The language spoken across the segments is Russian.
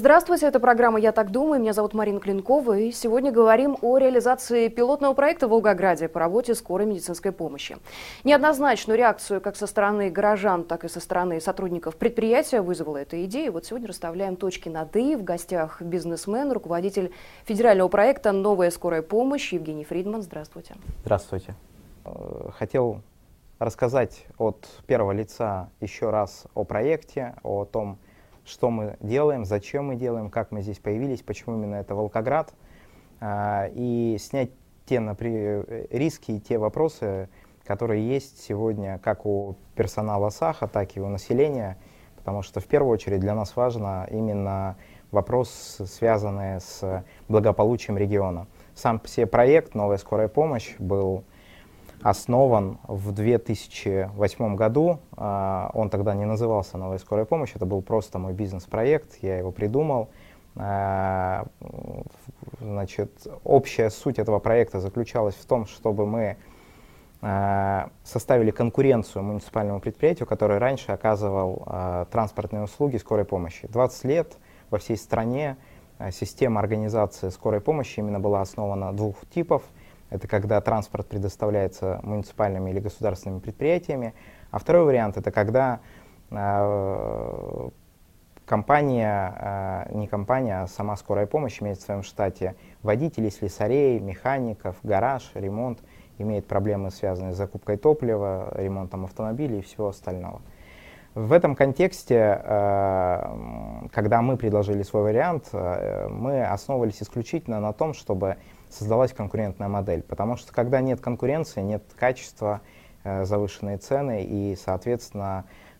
Здравствуйте, это программа «Я так думаю». Меня зовут Марина Клинкова. И сегодня говорим о реализации пилотного проекта в Волгограде по работе скорой медицинской помощи. Неоднозначную реакцию как со стороны горожан, так и со стороны сотрудников предприятия вызвала эта идея. Вот сегодня расставляем точки над «и». В гостях бизнесмен, руководитель федерального проекта «Новая скорая помощь» Евгений Фридман. Здравствуйте. Здравствуйте. Хотел рассказать от первого лица еще раз о проекте, о том, что мы делаем, зачем мы делаем, как мы здесь появились, почему именно это Волгоград, и снять те риски и те вопросы, которые есть сегодня как у персонала САХа, так и у населения, потому что в первую очередь для нас важно именно вопрос, связанный с благополучием региона. Сам все проект «Новая скорая помощь» был основан в 2008 году. Он тогда не назывался «Новая скорая помощь», это был просто мой бизнес-проект, я его придумал. Значит, общая суть этого проекта заключалась в том, чтобы мы составили конкуренцию муниципальному предприятию, которое раньше оказывал транспортные услуги скорой помощи. 20 лет во всей стране система организации скорой помощи именно была основана двух типов. Это когда транспорт предоставляется муниципальными или государственными предприятиями. А второй вариант — это когда компания, не компания, а сама скорая помощь имеет в своем штате водителей, слесарей, механиков, гараж, ремонт, имеет проблемы, связанные с закупкой топлива, ремонтом автомобилей и всего остального. В этом контексте, когда мы предложили свой вариант, мы основывались исключительно на том, чтобы создалась конкурентная модель. Потому что когда нет конкуренции, нет качества, завышенные цены и, соответственно,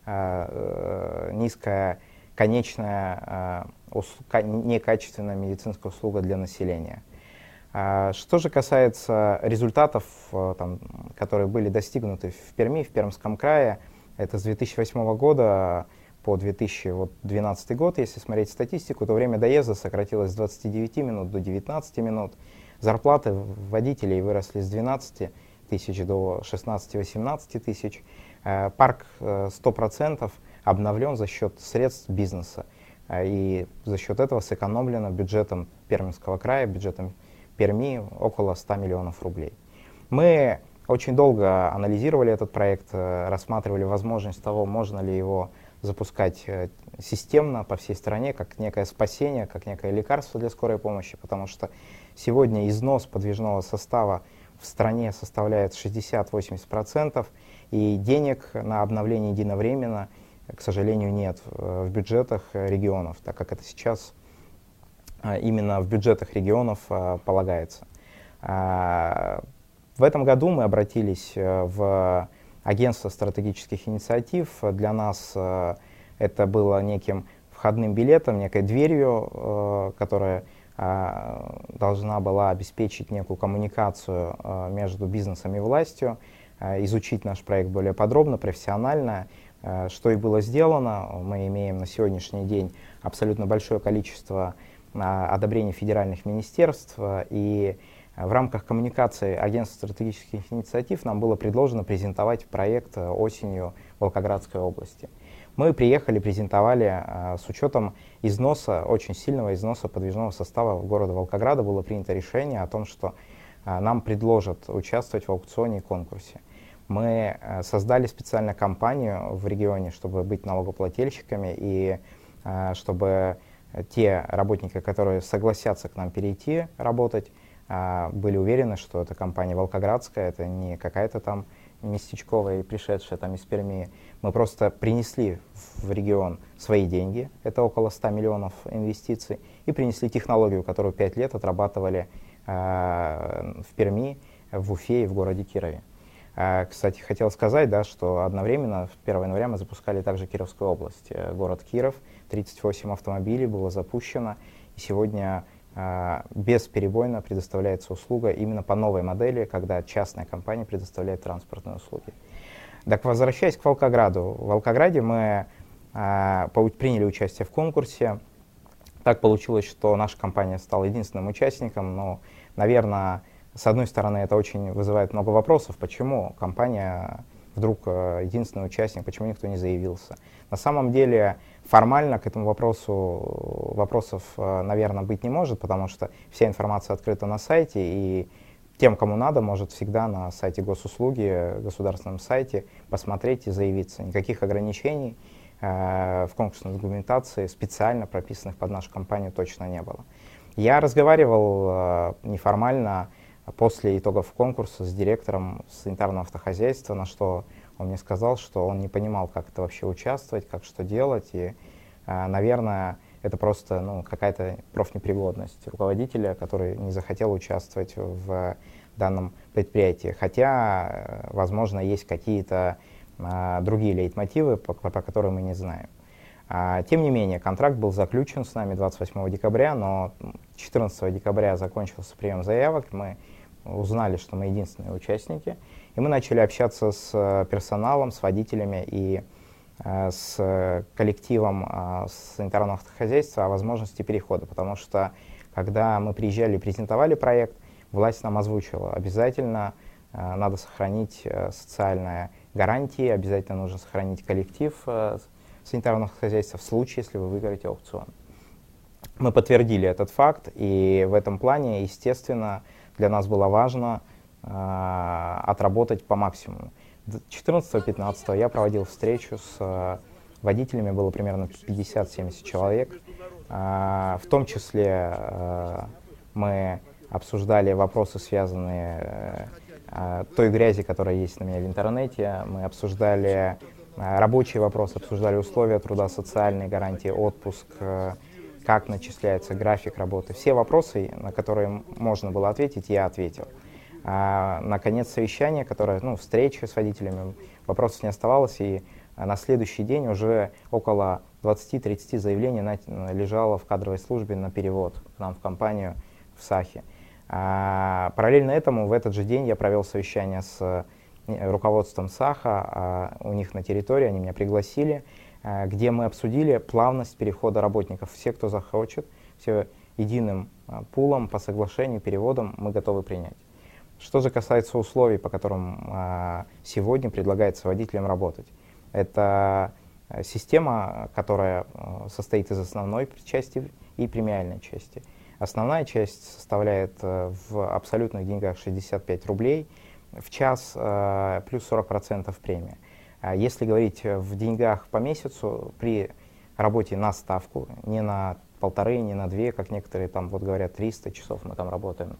низкая конечная, некачественная медицинская услуга для населения. Что же касается результатов, которые были достигнуты в Перми, в Пермском крае, это с 2008 года по 2012 год, если смотреть статистику, то время доезда сократилось с 29 минут до 19 минут. Зарплаты водителей выросли с 12 тысяч до 16-18 тысяч. Парк 100% обновлен за счет средств бизнеса. И за счет этого сэкономлено бюджетом Пермского края, бюджетом Перми около 100 миллионов рублей. Мы очень долго анализировали этот проект, рассматривали возможность того, можно ли его запускать системно по всей стране, как некое спасение, как некое лекарство для скорой помощи, потому что сегодня износ подвижного состава в стране составляет 60-80%, и денег на обновление единовременно, к сожалению, нет в бюджетах регионов, так как это сейчас именно в бюджетах регионов полагается. В этом году мы обратились в агентство стратегических инициатив. Для нас это было неким входным билетом, некой дверью, которая должна была обеспечить некую коммуникацию между бизнесом и властью, изучить наш проект более подробно, профессионально. Что и было сделано. Мы имеем на сегодняшний день абсолютно большое количество одобрений федеральных министерств, и в рамках коммуникации агентства стратегических инициатив нам было предложено презентовать проект осенью в Волгоградской области. Мы приехали, презентовали, с учетом износа, очень сильного износа подвижного состава города Волгограда было принято решение о том, что нам предложат участвовать в аукционе и конкурсе. Мы создали специальную компанию в регионе, чтобы быть налогоплательщиками и чтобы те работники, которые согласятся к нам перейти работать, были уверены, что это компания волгоградская, это не какая-то там местечковая и пришедшая там из Перми. Мы просто принесли в регион свои деньги, это около 100 миллионов инвестиций, и принесли технологию, которую 5 лет отрабатывали в Перми, в Уфе и в городе Кирове. Кстати, хотел сказать, да, что одновременно в 1 января мы запускали также Кировскую область. Город Киров, 38 автомобилей было запущено, и сегодня бесперебойно предоставляется услуга именно по новой модели, когда частная компания предоставляет транспортные услуги. Так, возвращаясь к Волгограду. В Волгограде мы приняли участие в конкурсе. Так получилось, что наша компания стала единственным участником, но, наверное, с одной стороны, это очень вызывает много вопросов, почему компания вдруг единственный участник, почему никто не заявился. На самом деле формально к этому вопросу вопросов, наверное, быть не может, потому что вся информация открыта на сайте, и тем, кому надо, может всегда на сайте госуслуги, государственном сайте, посмотреть и заявиться. Никаких ограничений в конкурсной документации, специально прописанных под нашу компанию, точно не было. Я разговаривал неформально после итогов конкурса с директором санитарного автохозяйства, на что он мне сказал, что он не понимал, как это вообще участвовать, как что делать, и, наверное, это просто какая-то профнепригодность руководителя, который не захотел участвовать в данном предприятии. Хотя, возможно, есть какие-то другие лейтмотивы, про которые мы не знаем. Тем не менее, контракт был заключен с нами 28 декабря, но 14 декабря закончился прием заявок. Мы узнали, что мы единственные участники, и мы начали общаться с персоналом, с водителями и с коллективом санитарного автохозяйства о возможности перехода, потому что когда мы приезжали и презентовали проект, власть нам озвучила: обязательно надо сохранить социальные гарантии, обязательно нужно сохранить коллектив санитарного хозяйства в случае, если вы выиграете аукцион. Мы подтвердили этот факт, и в этом плане, естественно, для нас было важно отработать по максимуму. 14-15 я проводил встречу с водителями, было примерно 50-70 человек. В том числе мы обсуждали вопросы, связанные с той грязи, которая есть на меня в интернете. Мы обсуждали рабочие вопросы, обсуждали условия труда, социальные гарантии, отпуск, как начисляется график работы. Все вопросы, на которые можно было ответить, я ответил. Наконец, совещание, встреча с водителями, вопросов не оставалось, и на следующий день уже около 20-30 заявлений лежало в кадровой службе на перевод к нам в компанию в Сахе. Параллельно этому в этот же день я провел совещание с руководством Саха у них на территории, они меня пригласили, где мы обсудили плавность перехода работников. Все, кто захочет, все единым пулом по соглашению, переводом мы готовы принять. Что же касается условий, по которым сегодня предлагается водителям работать, это система, которая состоит из основной части и премиальной части. Основная часть составляет в абсолютных деньгах 65 рублей в час плюс 40% премия. Если говорить в деньгах по месяцу, при работе на ставку, не на 1,5, не на 2, как некоторые там говорят, 300 часов мы там работаем,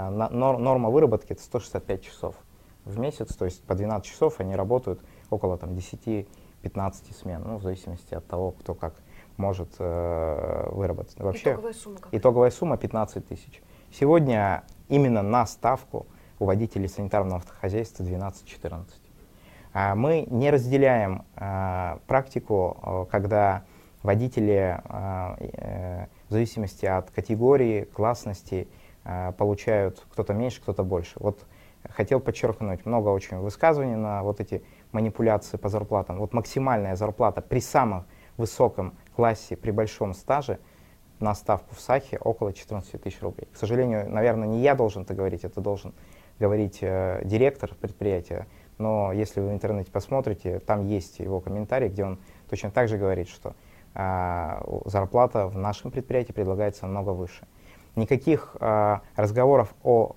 норма выработки — это 165 часов в месяц, то есть по 12 часов они работают около 10-15 смен, в зависимости от того, кто как может выработать. Вообще, итоговая сумма 15 тысяч. Сегодня именно на ставку у водителей санитарного автохозяйства 12-14. Мы не разделяем практику, когда водители в зависимости от категории, классности получают кто-то меньше, кто-то больше. Хотел подчеркнуть, много очень высказываний на эти манипуляции по зарплатам. Максимальная зарплата при самом высоком классе, при большом стаже на ставку в Сахе около 14 тысяч рублей. К сожалению, наверное, не я должен это говорить, это должен говорить директор предприятия. Но если вы в интернете посмотрите, там есть его комментарий, где он точно так же говорит, что зарплата в нашем предприятии предлагается намного выше. Никаких разговоров о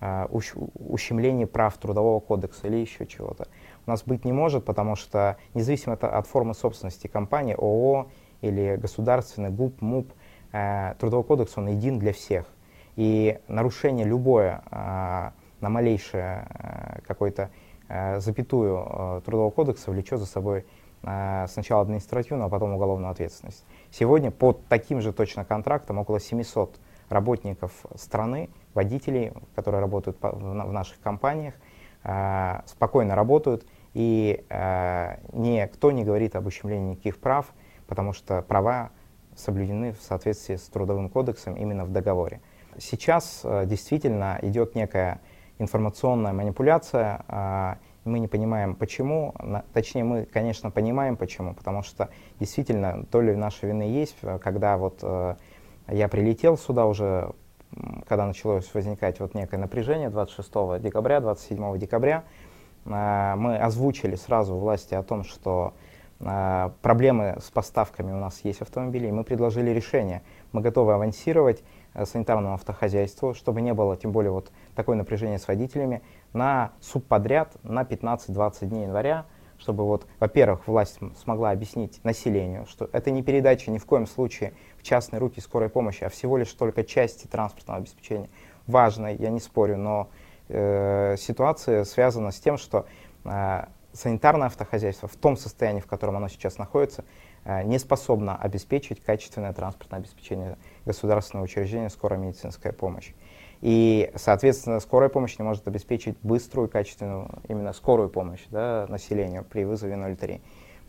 ущемлении прав Трудового кодекса или еще чего-то у нас быть не может, потому что независимо от формы собственности компании, ООО или государственный, ГУП, МУП, Трудовой кодекс, он един для всех. И нарушение любое на малейшее какой-то запятую Трудового кодекса влечет за собой сначала административную, а потом уголовную ответственность. Сегодня под таким же точно контрактом около 700 работников страны, водителей, которые работают в наших компаниях, спокойно работают, и никто не говорит об ущемлении никаких прав, потому что права соблюдены в соответствии с Трудовым кодексом именно в договоре. Сейчас действительно идет некая информационная манипуляция, мы не понимаем почему, точнее мы, конечно, понимаем почему, потому что действительно доля нашей вины есть, когда я прилетел сюда уже, когда началось возникать некое напряжение 26 декабря, 27 декабря, мы озвучили сразу власти о том, что проблемы с поставками у нас есть автомобилей, мы предложили решение. Мы готовы авансировать санитарному автохозяйству, чтобы не было, тем более, вот такое напряжение с водителями, на субподряд на 15-20 дней января, чтобы, вот, во-первых, власть смогла объяснить населению, что это не передача ни в коем случае в частные руки скорой помощи, а всего лишь только части транспортного обеспечения. Важно, я не спорю, но ситуация связана с тем, что санитарное автохозяйство в том состоянии, в котором оно сейчас находится, не способно обеспечить качественное транспортное обеспечение государственного учреждения скорой медицинской помощи. И, соответственно, скорая помощь не может обеспечить быструю, качественную, именно скорую помощь, да, населению при вызове 03.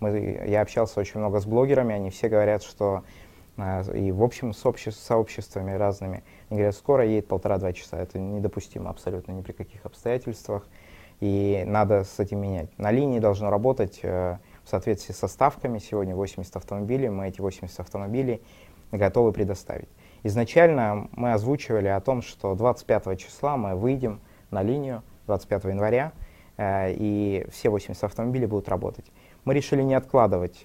Я общался очень много с блогерами, они все говорят, что и в общем с сообществами разными, они говорят, скоро едет 1,5-2 часа. Это недопустимо абсолютно ни при каких обстоятельствах, и надо с этим менять. На линии должно работать в соответствии со ставками. Сегодня 80 автомобилей, мы эти 80 автомобилей готовы предоставить. Изначально мы озвучивали о том, что 25 числа мы выйдем на линию, 25 января, и все 80 автомобилей будут работать. Мы решили не откладывать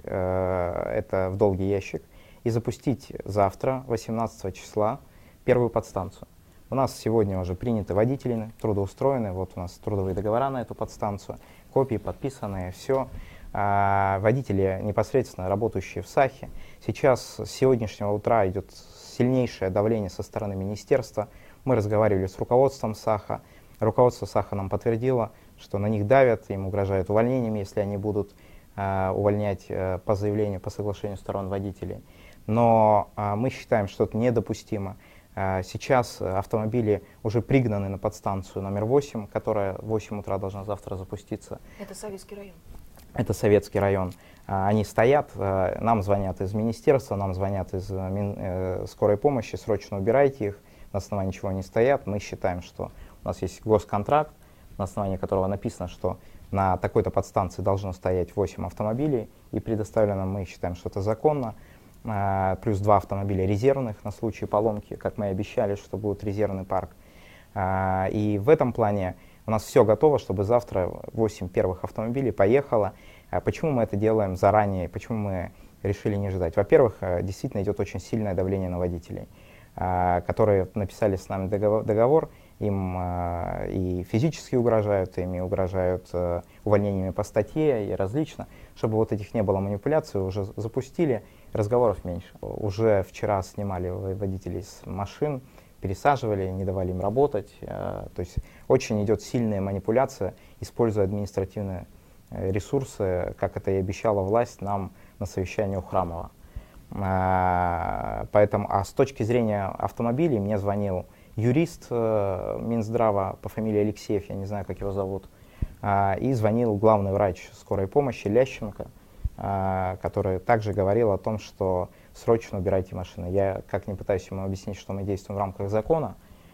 это в долгий ящик и запустить завтра, 18 числа, первую подстанцию. У нас сегодня уже приняты водители, трудоустроены, вот у нас трудовые договора на эту подстанцию, копии подписанные, все. Водители, непосредственно работающие в САХе. Сейчас с сегодняшнего утра идет сильнейшее давление со стороны министерства. Мы разговаривали с руководством САХа. Руководство САХа нам подтвердило, что на них давят, им угрожают увольнением, если они будут увольнять по заявлению, по соглашению сторон водителей. Но мы считаем, что это недопустимо. Сейчас автомобили уже пригнаны на подстанцию номер 8, которая в 8 утра должна завтра запуститься. Это Советский район. Это Советский район. Они стоят, нам звонят из министерства, нам звонят из скорой помощи, срочно убирайте их, на основании чего они стоят. Мы считаем, что у нас есть госконтракт, на основании которого написано, что на такой-то подстанции должно стоять 8 автомобилей, и предоставлено, мы считаем, что это законно, плюс 2 автомобиля резервных на случай поломки, как мы и обещали, что будет резервный парк. И в этом плане у нас все готово, чтобы завтра 8 первых автомобилей поехало. Почему мы это делаем заранее, почему мы решили не ждать? Во-первых, действительно идет очень сильное давление на водителей, которые написали с нами договор, им и физически угрожают, ими угрожают увольнениями по статье и различно. Чтобы вот этих не было манипуляций, уже запустили, разговоров меньше. Уже вчера снимали водителей с машин, пересаживали, не давали им работать. То есть очень идет сильная манипуляция, используя административные ресурсы, как это и обещала власть нам на совещании у Храмова. Поэтому, с точки зрения автомобилей, мне звонил юрист Минздрава по фамилии Алексеев, я не знаю, как его зовут, и звонил главный врач скорой помощи Лященко, который также говорил о том, что срочно убирайте машины. Я как не пытаюсь ему объяснить, что мы действуем в рамках закона,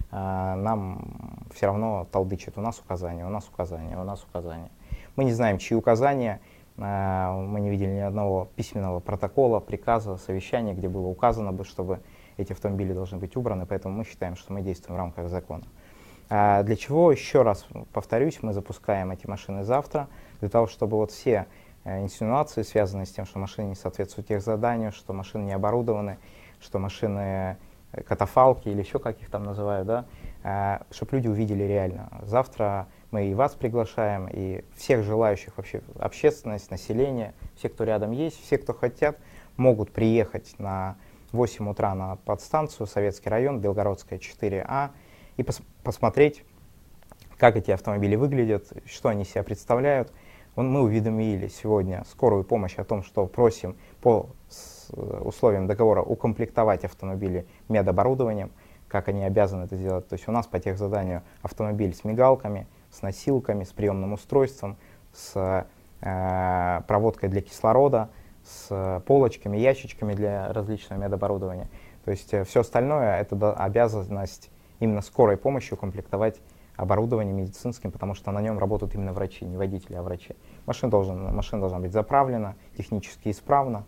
нам все равно толдычат: у нас указания, у нас указания, у нас указания. Мы не знаем, чьи указания, мы не видели ни одного письменного протокола, приказа, совещания, где было указано бы, чтобы эти автомобили должны быть убраны, поэтому мы считаем, что мы действуем в рамках закона. Для чего, еще раз повторюсь, мы запускаем эти машины завтра, для того, чтобы вот все инсинуации, связанные с тем, что машины не соответствуют тех заданию, что машины не оборудованы, что машины катафалки или еще как их там называют, да, чтобы люди увидели реально. Завтра мы и вас приглашаем, и всех желающих, вообще общественность, население, все, кто рядом есть, все, кто хотят, могут приехать на 8 утра на подстанцию Советский район, Белгородская, 4А, и посмотреть, как эти автомобили выглядят, что они себя представляют. Мы уведомили сегодня скорую помощь о том, что просим по условиям договора укомплектовать автомобили медоборудованием, как они обязаны это сделать. То есть у нас по техзаданию автомобиль с мигалками, с носилками, с приемным устройством, с проводкой для кислорода, с полочками, ящичками для различного медоборудования. То есть все остальное — это обязанность именно скорой помощи укомплектовать оборудованием медицинским, потому что на нем работают именно врачи, не водители, а врачи. Машина должна быть заправлена, технически исправна.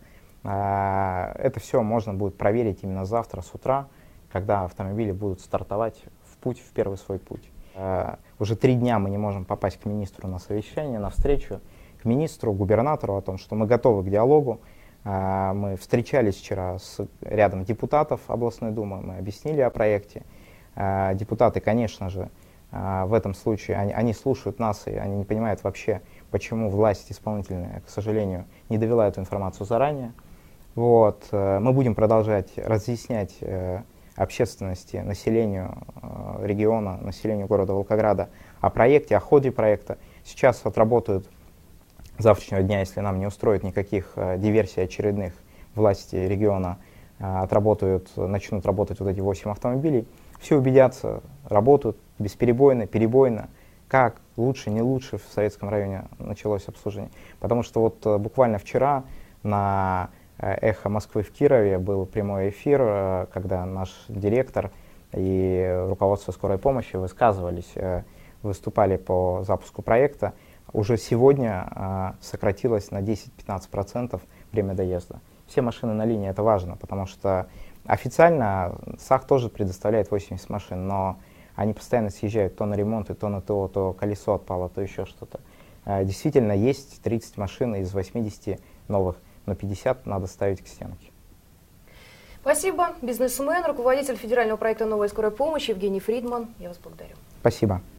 Это все можно будет проверить именно завтра с утра, когда автомобили будут стартовать в путь, в первый свой путь. Уже 3 дня мы не можем попасть к министру на совещание, на встречу, к министру, губернатору о том, что мы готовы к диалогу. Мы встречались вчера с рядом депутатов областной думы, мы объяснили о проекте. Депутаты, конечно же, в этом случае, они слушают нас, и они не понимают вообще, почему власть исполнительная, к сожалению, не довела эту информацию заранее. Вот. Мы будем продолжать разъяснять общественности, населению региона, населению города Волгограда о проекте, о ходе проекта. Сейчас отработают с завтрашнего дня, если нам не устроит никаких диверсий очередных, власти региона начнут работать вот эти 8 автомобилей. Все убедятся, работают бесперебойно, перебойно. Как лучше, не лучше в Советском районе началось обслуживание. Потому что вот буквально вчера на «Эхо Москвы» в Кирове был прямой эфир, когда наш директор и руководство скорой помощи выступали по запуску проекта. Уже сегодня сократилось на 10-15% время доезда. Все машины на линии, это важно, потому что официально САХ тоже предоставляет 80 машин, но они постоянно съезжают то на ремонт, то на ТО, то колесо отпало, то еще что-то. Действительно, есть 30 машин из 80 новых, но 50 надо ставить к стенке. Спасибо. Бизнесмен, руководитель федерального проекта «Новая скорая помощь» Евгений Фридман. Я вас благодарю. Спасибо.